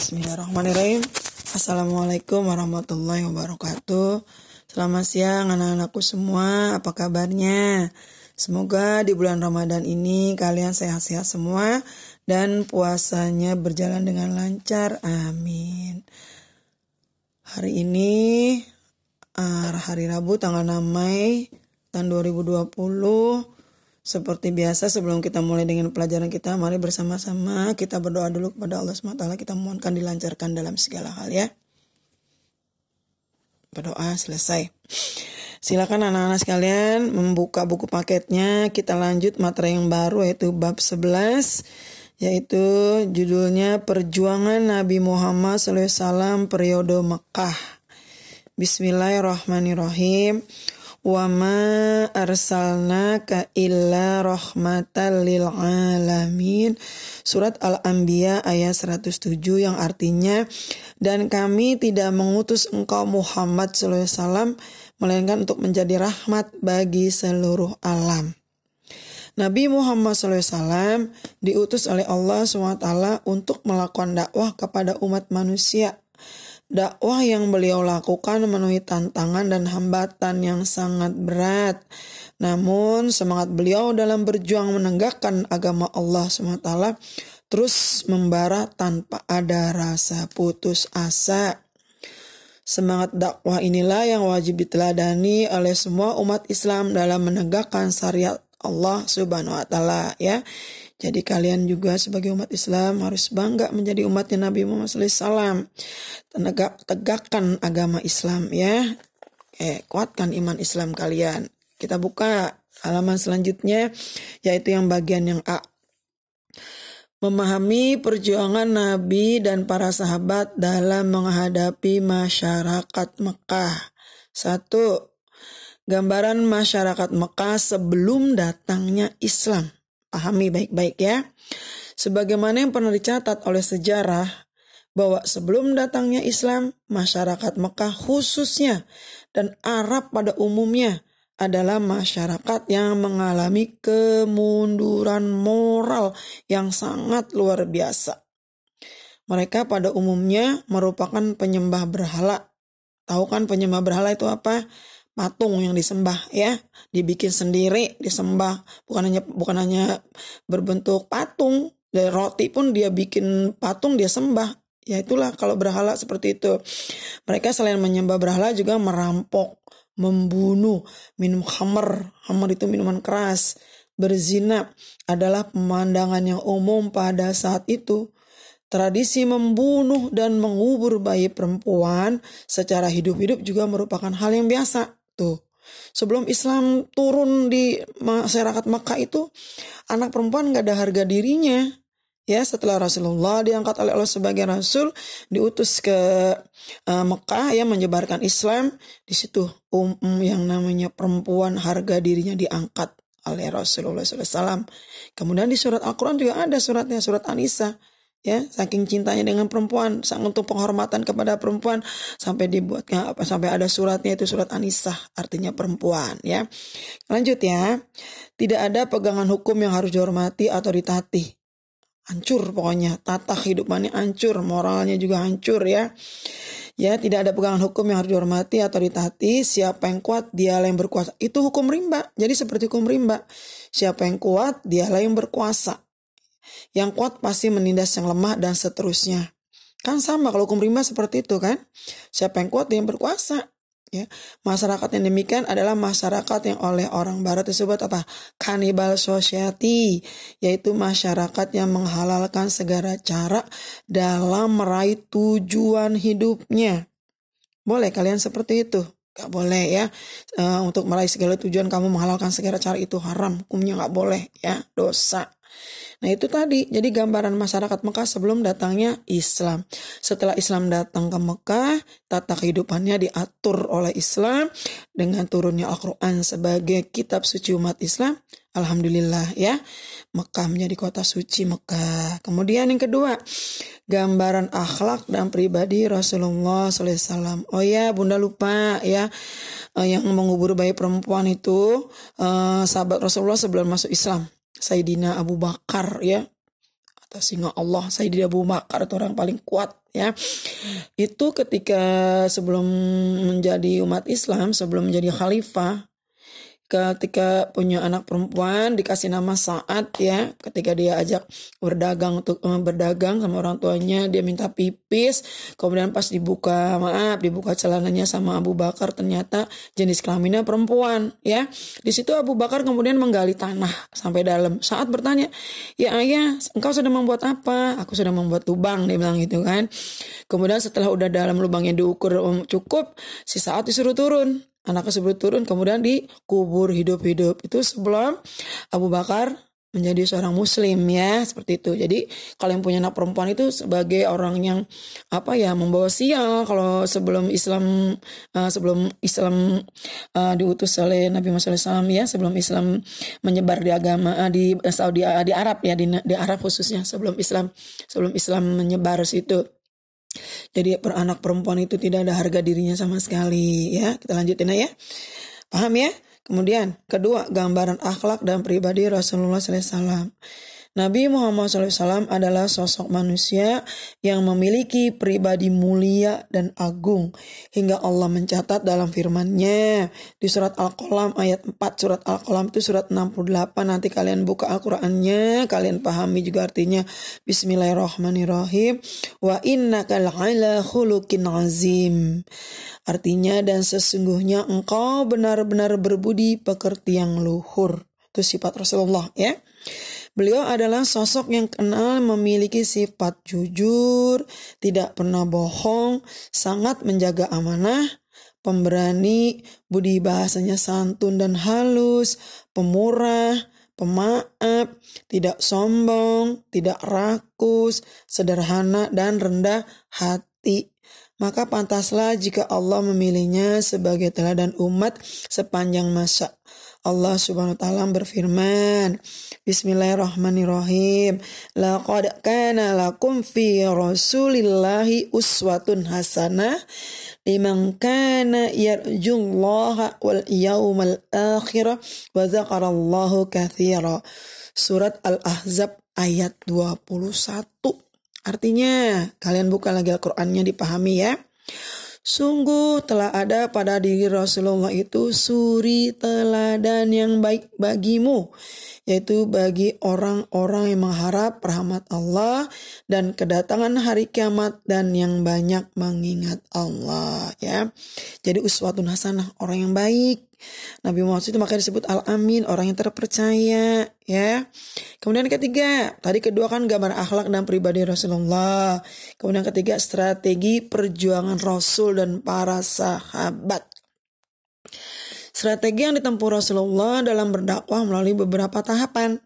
Bismillahirrahmanirrahim. Assalamualaikum warahmatullahi wabarakatuh. Selamat siang anak-anakku semua, apa kabarnya? Semoga di bulan Ramadan ini kalian sehat-sehat semua dan puasanya berjalan dengan lancar, amin. Hari ini hari Rabu tanggal 6 Mei tahun 2020. Seperti biasa sebelum kita mulai dengan pelajaran kita, mari bersama-sama kita berdoa dulu kepada Allah SWT. Kita mohonkan dilancarkan dalam segala hal ya. Berdoa selesai. Silakan anak-anak sekalian membuka buku paketnya. Kita lanjut materi yang baru yaitu bab 11. Yaitu judulnya Perjuangan Nabi Muhammad SAW periode Mekah. Bismillahirrahmanirrahim. Wa ma arsalnaka illa rahmatan lil alamin. Surat Al-Anbiya ayat 107 yang artinya, dan kami tidak mengutus engkau Muhammad SAW melainkan untuk menjadi rahmat bagi seluruh alam. Nabi Muhammad SAW diutus oleh Allah SWT untuk melakukan dakwah kepada umat manusia. Dakwah yang beliau lakukan memenuhi tantangan dan hambatan yang sangat berat. Namun semangat beliau dalam berjuang menegakkan agama Allah SWT terus membara tanpa ada rasa putus asa. Semangat dakwah inilah yang wajib diteladani oleh semua umat Islam dalam menegakkan syariat Allah Subhanahu wa taala ya. Jadi kalian juga sebagai umat Islam harus bangga menjadi umatnya Nabi Muhammad SAW. Tegakkan agama Islam ya. Kuatkan iman Islam kalian. Kita buka halaman selanjutnya yaitu yang bagian yang A. Memahami perjuangan Nabi dan para sahabat dalam menghadapi masyarakat Mekah. 1. Gambaran masyarakat Mekah sebelum datangnya Islam. Pahami baik-baik ya. Sebagaimana yang pernah dicatat oleh sejarah bahwa sebelum datangnya Islam, masyarakat Mekah khususnya dan Arab pada umumnya adalah masyarakat yang mengalami kemunduran moral yang sangat luar biasa. Mereka pada umumnya merupakan penyembah berhala. Tahu kan penyembah berhala itu apa? Patung yang disembah ya, dibikin sendiri, disembah, bukan hanya berbentuk patung, dari roti pun dia bikin patung dia sembah. Ya itulah kalau berhala seperti itu. Mereka selain menyembah berhala juga merampok, membunuh, minum khamr itu minuman keras, berzina adalah pemandangan yang umum pada saat itu. Tradisi membunuh dan mengubur bayi perempuan secara hidup-hidup juga merupakan hal yang biasa. Tuh, sebelum Islam turun di masyarakat Mekah itu, anak perempuan gak ada harga dirinya. Ya, setelah Rasulullah diangkat oleh Allah sebagai Rasul, diutus ke Mekah ya menyebarkan Islam. Di situ yang namanya perempuan harga dirinya diangkat oleh Rasulullah SAW. Kemudian di surat Al-Quran juga ada suratnya, surat An-Nisa. Ya, saking cintanya dengan perempuan, untuk penghormatan kepada perempuan sampai ada suratnya itu surat An-Nisa, artinya perempuan ya. Lanjut ya. Tidak ada pegangan hukum yang harus dihormati atau ditaati. Hancur pokoknya, tata kehidupannya hancur, moralnya juga hancur ya. Ya, tidak ada pegangan hukum yang harus dihormati atau ditaati. Siapa yang kuat, dialah yang berkuasa. Itu hukum rimba. Jadi seperti hukum rimba. Siapa yang kuat, dialah yang berkuasa. Yang kuat pasti menindas yang lemah dan seterusnya. Kan sama kalau hukum rimba seperti itu kan. Siapa yang kuat dia yang berkuasa. Ya. Masyarakat yang demikian adalah masyarakat yang oleh orang barat disebut apa? Cannibal society. Yaitu masyarakat yang menghalalkan segala cara dalam meraih tujuan hidupnya. Boleh kalian seperti itu? Gak boleh ya. Untuk meraih segala tujuan kamu menghalalkan segala cara itu haram. Hukumnya gak boleh ya. Dosa. Nah itu tadi, jadi gambaran masyarakat Mekah sebelum datangnya Islam. Setelah Islam datang ke Mekah, tata kehidupannya diatur oleh Islam dengan turunnya Al-Quran sebagai kitab suci umat Islam. Alhamdulillah ya, Mekah menjadi kota suci Mekah. Kemudian yang kedua, gambaran akhlak dan pribadi Rasulullah SAW. Oh ya, Bunda lupa ya, yang mengubur bayi perempuan itu sahabat Rasulullah sebelum masuk Islam. Sayyidina Abu Bakar ya, kata singa Allah, Sayyidina Abu Bakar itu orang paling kuat ya. Itu ketika sebelum menjadi umat Islam, sebelum menjadi khalifah, ketika punya anak perempuan dikasih nama Sa'ad ya, ketika dia ajak berdagang untuk berdagang sama orang tuanya, dia minta pipis, kemudian pas dibuka celananya sama Abu Bakar, ternyata jenis kelaminnya perempuan ya. Di situ Abu Bakar kemudian menggali tanah sampai dalam. Sa'ad bertanya, "Ya ayah, engkau sedang membuat apa?" "Aku sedang membuat lubang," dia bilang gitu kan. Kemudian setelah udah dalam lubangnya diukur cukup, si Sa'ad disuruh turun. Anaknya sebelum turun kemudian dikubur hidup-hidup. Itu sebelum Abu Bakar menjadi seorang muslim ya, seperti itu. Jadi kalau yang punya anak perempuan itu sebagai orang yang membawa sial. Kalau sebelum Islam diutus oleh Nabi Muhammad SAW ya, sebelum Islam menyebar di agama di Saudi di Arab ya, di Arab khususnya sebelum Islam menyebar situ. Jadi anak perempuan itu tidak ada harga dirinya sama sekali ya. Kita lanjutin ya. Paham ya? Kemudian kedua, gambaran akhlak dan pribadi Rasulullah SAW. Nabi Muhammad SAW adalah sosok manusia yang memiliki pribadi mulia dan agung. Hingga Allah mencatat dalam firman-Nya di surat Al-Qalam ayat 4. Surat Al-Qalam itu surat 68. Nanti kalian buka Al-Qurannya, kalian pahami juga artinya. Bismillahirrahmanirrahim. Wa innaka la'ala khuluqin azim. Artinya, dan sesungguhnya engkau benar-benar berbudi pekerti yang luhur. Itu sifat Rasulullah ya. Beliau adalah sosok yang kenal memiliki sifat jujur, tidak pernah bohong, sangat menjaga amanah, pemberani, budi bahasanya santun dan halus, pemurah, pemaaf, tidak sombong, tidak rakus, sederhana dan rendah hati. Maka pantaslah jika Allah memilihnya sebagai teladan umat sepanjang masa. Allah Subhanahu wa taala berfirman, Bismillahirrahmanirrahim. Laqad kana lakum fi Rasulillahi uswatun hasanah liman kana yarjullaha wal yawmal akhir wa dzakarallaha katsira. Surat Al-Ahzab ayat 21. Artinya, kalian buka lagi Al-Qur'annya, dipahami ya. Sungguh telah ada pada diri Rasulullah itu suri teladan yang baik bagimu, yaitu bagi orang-orang yang mengharap rahmat Allah dan kedatangan hari kiamat dan yang banyak mengingat Allah ya. Jadi uswatun hasanah, orang yang baik. Nabi Muhammad itu makanya disebut Al-Amin, orang yang terpercaya ya. Kemudian ketiga, tadi kedua kan gambar akhlak dan pribadi Rasulullah. Kemudian ketiga, strategi perjuangan Rasul dan para sahabat. Strategi yang ditempuh Rasulullah dalam berdakwah melalui beberapa tahapan.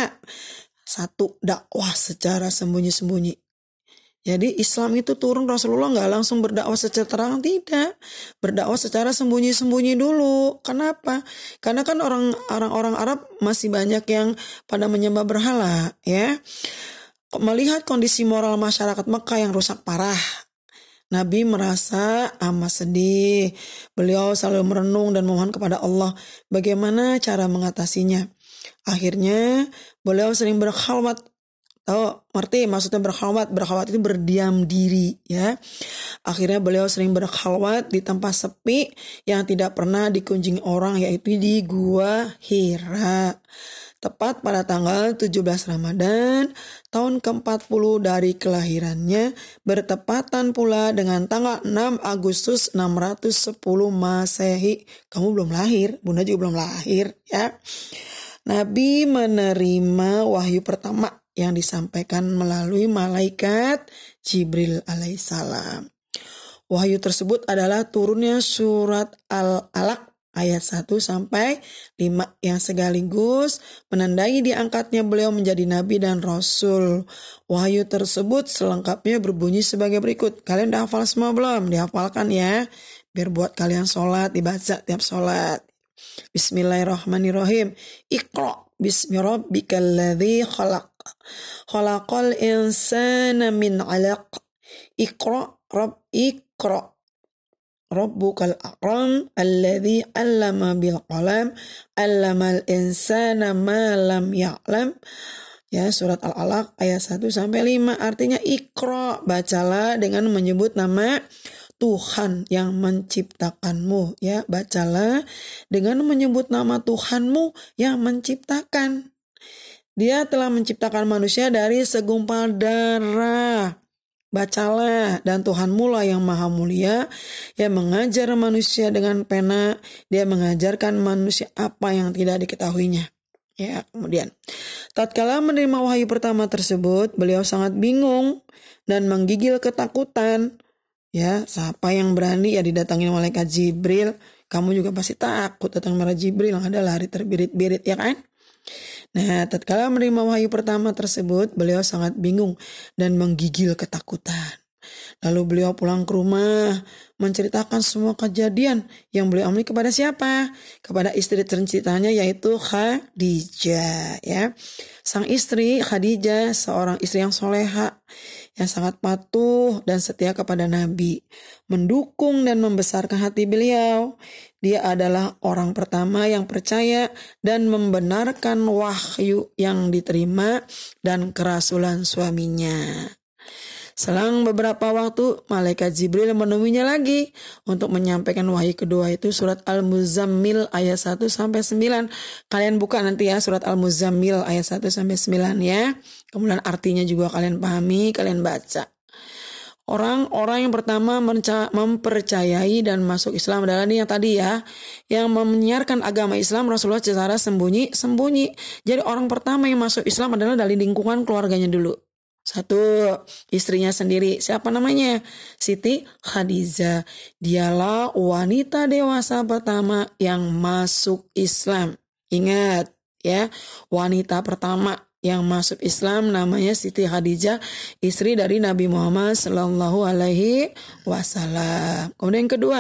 Satu, dakwah secara sembunyi-sembunyi. Jadi Islam itu turun, Rasulullah nggak langsung berdakwah secara terang, tidak. Berdakwah secara sembunyi-sembunyi dulu. Kenapa? Karena kan orang-orang Arab masih banyak yang pada menyembah berhala, ya. Melihat kondisi moral masyarakat Mekah yang rusak parah, Nabi merasa amat sedih. Beliau selalu merenung dan memohon kepada Allah bagaimana cara mengatasinya. Akhirnya beliau sering berkhalwat. Ngerti maksudnya berkhalwat? Berkhalwat itu berdiam diri ya. Akhirnya beliau sering berkhalwat di tempat sepi yang tidak pernah dikunjungi orang, yaitu di Gua Hira. Tepat pada tanggal 17 Ramadan tahun ke-40 dari kelahirannya, bertepatan pula dengan tanggal 6 Agustus 610 Masehi. Kamu belum lahir, Bunda juga belum lahir ya. Nabi menerima wahyu pertama yang disampaikan melalui malaikat Jibril alaihissalam. Wahyu tersebut adalah turunnya surat Al-Alaq ayat 1-5 yang sekaligus menandai diangkatnya beliau menjadi nabi dan rasul. Wahyu tersebut selengkapnya berbunyi sebagai berikut. Kalian udah hafal semua belum? Dihafalkan ya, biar buat kalian sholat, dibaca tiap sholat. Bismillahirrahmanirrahim. Iqra bismi rabbikal ladzi khalaq. Khalaqal insana min 'alaq. Iqra Rabbukal akram alladzi 'allama bil qalam 'allamal insana ma lam ya'lam. Ya, surat Al-Alaq ayat 1-5, artinya Iqra, bacalah dengan menyebut nama Tuhan yang menciptakanmu. Ya, bacalah dengan menyebut nama Tuhanmu yang menciptakan. Dia telah menciptakan manusia dari segumpal darah. Bacalah, dan Tuhanmu lah yang maha mulia, yang mengajar manusia dengan pena. Dia mengajarkan manusia apa yang tidak diketahuinya. Ya, kemudian tatkala menerima wahyu pertama tersebut, beliau sangat bingung dan menggigil ketakutan. Ya, siapa yang berani ya didatangi malaikat Jibril? Kamu juga pasti takut datang malaikat Jibril, yang ada lari terbirit-birit, ya kan? Nah, tatkala menerima wahyu pertama tersebut, beliau sangat bingung dan menggigil ketakutan. Lalu beliau pulang ke rumah, menceritakan semua kejadian yang beliau alami kepada siapa? Kepada istri tercintanya, yaitu Khadijah. Ya, sang istri Khadijah seorang istri yang soleha, yang sangat patuh dan setia kepada Nabi, mendukung dan membesarkan hati beliau. Dia adalah orang pertama yang percaya dan membenarkan wahyu yang diterima dan kerasulan suaminya. Selang beberapa waktu, malaikat Jibril menemuinya lagi untuk menyampaikan wahyu kedua, itu surat Al-Muzammil ayat 1-9. Kalian buka nanti ya surat Al-Muzammil ayat 1-9 ya. Kemudian artinya juga kalian pahami, kalian baca. Orang-orang yang pertama mempercayai dan masuk Islam adalah ini yang tadi ya, yang menyiarkan agama Islam Rasulullah secara sembunyi-sembunyi. Jadi orang pertama yang masuk Islam adalah dari lingkungan keluarganya dulu. Satu, istrinya sendiri. Siapa namanya? Siti Khadijah. Dialah wanita dewasa pertama yang masuk Islam. Ingat ya, wanita pertama yang masuk Islam namanya Siti Khadijah, istri dari Nabi Muhammad Sallallahu Alaihi Wasallam. Kemudian yang kedua,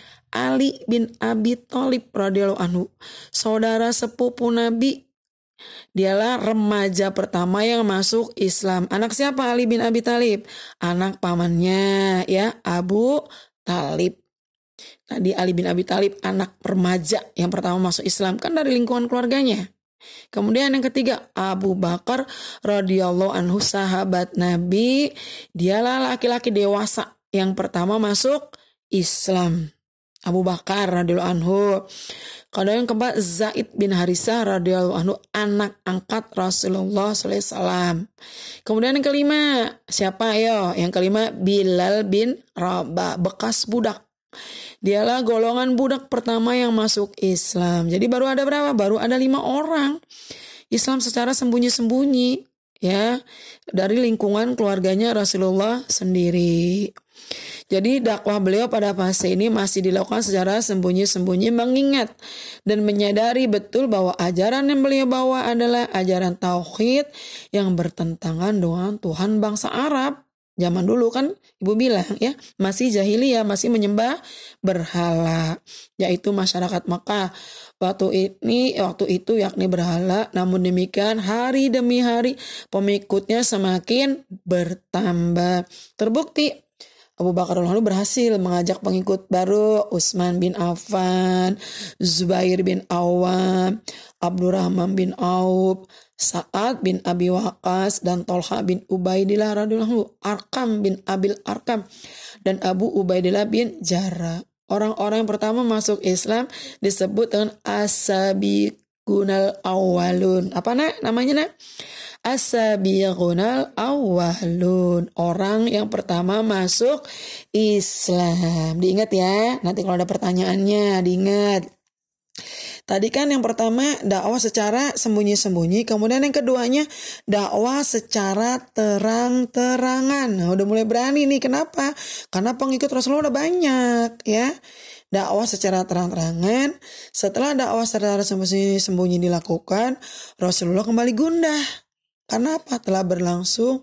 Ali bin Abi Thalib radhiyallahu anhu, saudara sepupu Nabi. Dialah remaja pertama yang masuk Islam. Anak siapa Ali bin Abi Thalib? Anak pamannya ya, Abu Thalib. Tadi Ali bin Abi Thalib anak remaja yang pertama masuk Islam, kan dari lingkungan keluarganya. Kemudian yang ketiga, Abu Bakar radhiyallahu anhu, sahabat Nabi. Dialah laki-laki dewasa yang pertama masuk Islam. Abu Bakar radhiyallahu anhu. Kalau yang keempat, Zaid bin Harisah radhiyallahu anhu, anak angkat Rasulullah sallallahu alaihi wasallam. Kemudian yang kelima, siapa ayo? Yang kelima, Bilal bin Rabah, bekas budak. Dialah golongan budak pertama yang masuk Islam. Jadi baru ada berapa? Baru ada 5 orang Islam secara sembunyi-sembunyi ya, dari lingkungan keluarganya Rasulullah sendiri. Jadi dakwah beliau pada fase ini masih dilakukan secara sembunyi-sembunyi, mengingat dan menyadari betul bahwa ajaran yang beliau bawa adalah ajaran tauhid yang bertentangan dengan Tuhan bangsa Arab. Zaman dulu kan ibu bilang ya, masih jahiliyah, masih menyembah berhala, yaitu masyarakat Makkah. Waktu itu yakni berhala. Namun demikian hari demi hari pengikutnya semakin bertambah. Terbukti Abu Bakar lalu berhasil mengajak pengikut baru, Utsman bin Affan, Zubair bin Awam, Abdurrahman bin Auf, Sa'ad bin Abi Waqqas, dan Tolha bin Ubaidillah radhiyallahu, Arkam bin Abil Arkam, dan Abu Ubaidillah bin Jarrah. Orang-orang yang pertama masuk Islam disebut dengan as-sabiqunal awwalun. Apa namanya? As-sabiqunal awwalun, orang yang pertama masuk Islam. Diingat ya, nanti kalau ada pertanyaannya diingat. Tadi kan yang pertama dakwah secara sembunyi-sembunyi, kemudian yang keduanya dakwah secara terang-terangan. Nah, udah mulai berani nih, kenapa? Karena pengikut Rasulullah udah banyak ya. Dakwah secara terang-terangan. Setelah dakwah secara sembunyi-sembunyi dilakukan, Rasulullah kembali gundah. Karena apa? Telah berlangsung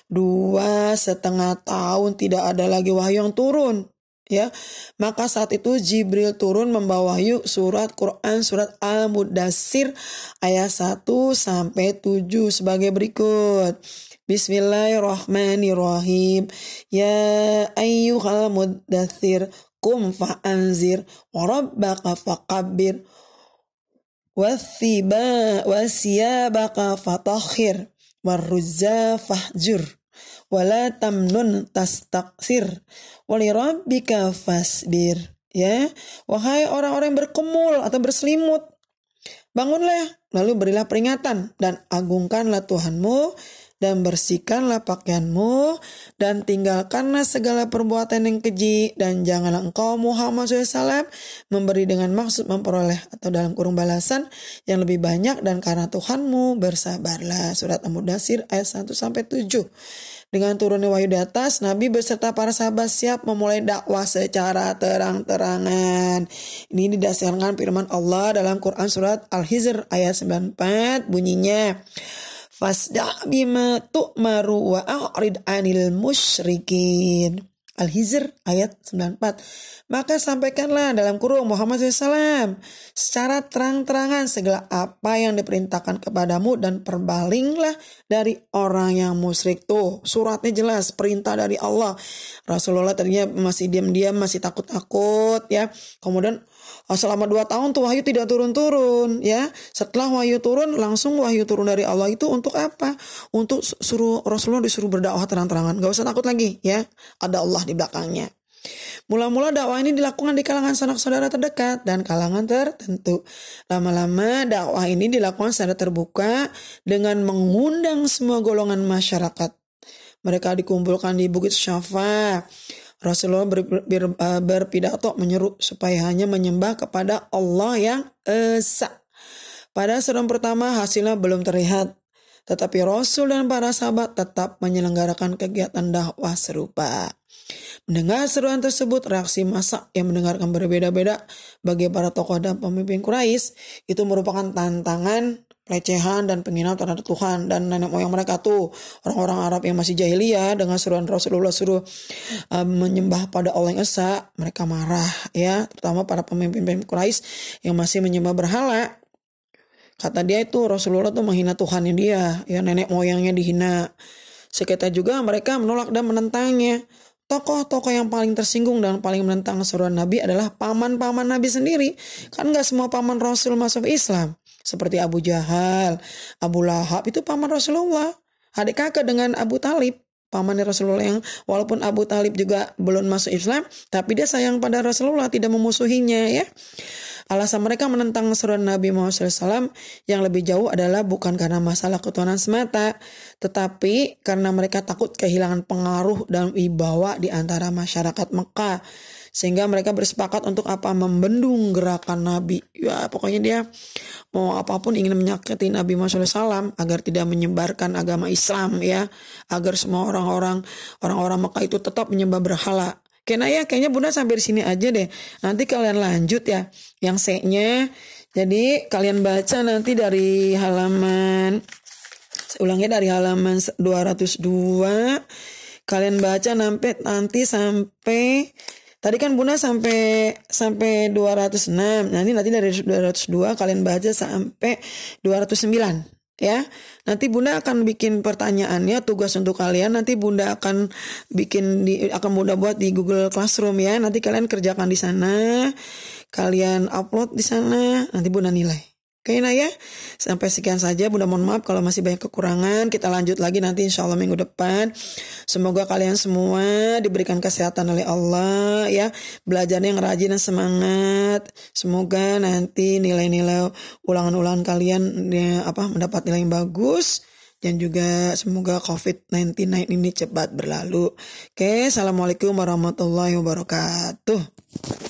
2,5 tahun tidak ada lagi wahyu yang turun. Ya, maka saat itu Jibril turun membawa wahyu surat Quran, surat Al-Mudassir ayat 1-7 sebagai berikut. Bismillahirrahmanirrahim. Ya ayyuhal mudaththir qum fa'anzir wa rabbaka fakabbir wasiyabaka fatahhir warruzza fahjur wala tamnun tastaksir walirabbika fasbir. Ya, wahai orang-orang yang berkemul atau berselimut, bangunlah, lalu berilah peringatan dan agungkanlah Tuhanmu dan bersihkanlah pakaianmu dan tinggalkanlah segala perbuatan yang keji dan janganlah engkau Muhammad SAW memberi dengan maksud memperoleh atau dalam kurung balasan yang lebih banyak dan karena Tuhanmu bersabarlah. Surat Al-Mudaththir ayat 1-7. Dengan turunnya wahyu di atas, Nabi beserta para sahabat siap memulai dakwah secara terang-terangan. Ini didasarkan firman Allah dalam Quran surat Al-Hijr ayat 94 bunyinya, Fasda' bima tu'maru wa a'rid 'anil musyrikin. Al-Hijr ayat 94. Maka sampaikanlah dalam kurung Muhammad SAW secara terang-terangan segala apa yang diperintahkan kepadamu dan perbalinglah dari orang yang musyrik. Tuh suratnya jelas, perintah dari Allah. Rasulullah tadinya masih diam-diam, masih takut-takut ya. Kemudian selama 2 tahun tuh wahyu tidak turun-turun ya. Setelah wahyu turun, langsung wahyu turun dari Allah itu untuk apa? Untuk Rasulullah disuruh berdakwah terang-terangan. Gak usah takut lagi ya. Ada Allah di belakangnya. Mula-mula dakwah ini dilakukan di kalangan saudara terdekat dan kalangan tertentu. Lama-lama dakwah ini dilakukan secara terbuka dengan mengundang semua golongan masyarakat. Mereka dikumpulkan di Bukit Syafa. Rasulullah berpidato menyeru supaya hanya menyembah kepada Allah yang esa. Pada seruan pertama hasilnya belum terlihat, tetapi Rasul dan para sahabat tetap menyelenggarakan kegiatan dakwah serupa. Mendengar seruan tersebut, reaksi massa yang mendengarkan berbeda-beda bagi para tokoh dan pemimpin Quraisy itu merupakan tantangan, pelecehan dan penghinaan terhadap Tuhan dan nenek moyang mereka tuh. Orang-orang Arab yang masih jahiliyah dengan seruan Rasulullah suruh menyembah pada Allah yang esa, mereka marah ya, terutama para pemimpin Quraisy yang masih menyembah berhala. Kata dia itu Rasulullah tuh menghina Tuhannya dia, ya nenek moyangnya dihina. Sekitar juga mereka menolak dan menentangnya. Tokoh-tokoh yang paling tersinggung dan paling menentang seruan Nabi adalah paman-paman Nabi sendiri. Kan gak semua paman Rasul masuk Islam. Seperti Abu Jahal, Abu Lahab itu paman Rasulullah. Adik kakak dengan Abu Talib, paman Rasulullah yang walaupun Abu Talib juga belum masuk Islam, tapi dia sayang pada Rasulullah, tidak memusuhinya ya. Alasan mereka menentang seruan Nabi Muhammad SAW yang lebih jauh adalah bukan karena masalah ketuhanan semata, tetapi karena mereka takut kehilangan pengaruh dan wibawa di antara masyarakat Mekah. Sehingga mereka bersepakat untuk apa? Membendung gerakan Nabi. Ya pokoknya dia mau apapun ingin menyakiti Nabi Muhammad SAW agar tidak menyebarkan agama Islam ya. Agar semua orang-orang Mekah itu tetap menyembah berhala. Kayaknya Bunda sampai di sini aja deh. Nanti kalian lanjut ya. Yang C-nya. Jadi kalian baca nanti dari halaman, saya ulangnya dari halaman 202. Kalian baca nanti sampai, tadi kan Bunda sampai 206. Nanti dari 202 kalian baca sampai 209. Ya, nanti Bunda akan bikin pertanyaannya, tugas untuk kalian. Nanti Bunda akan Bunda buat di Google Classroom ya. Nanti kalian kerjakan di sana, kalian upload di sana. Nanti Bunda nilai. Oke, nah ya, sampai sekian saja. Bunda mohon maaf kalau masih banyak kekurangan. Kita lanjut lagi nanti insya Allah minggu depan. Semoga kalian semua diberikan kesehatan oleh Allah ya. Belajarnya yang rajin dan semangat. Semoga nanti nilai-nilai ulangan-ulangan kalian mendapat nilai yang bagus. Dan juga semoga COVID-19 ini cepat berlalu. Oke, assalamualaikum warahmatullahi wabarakatuh.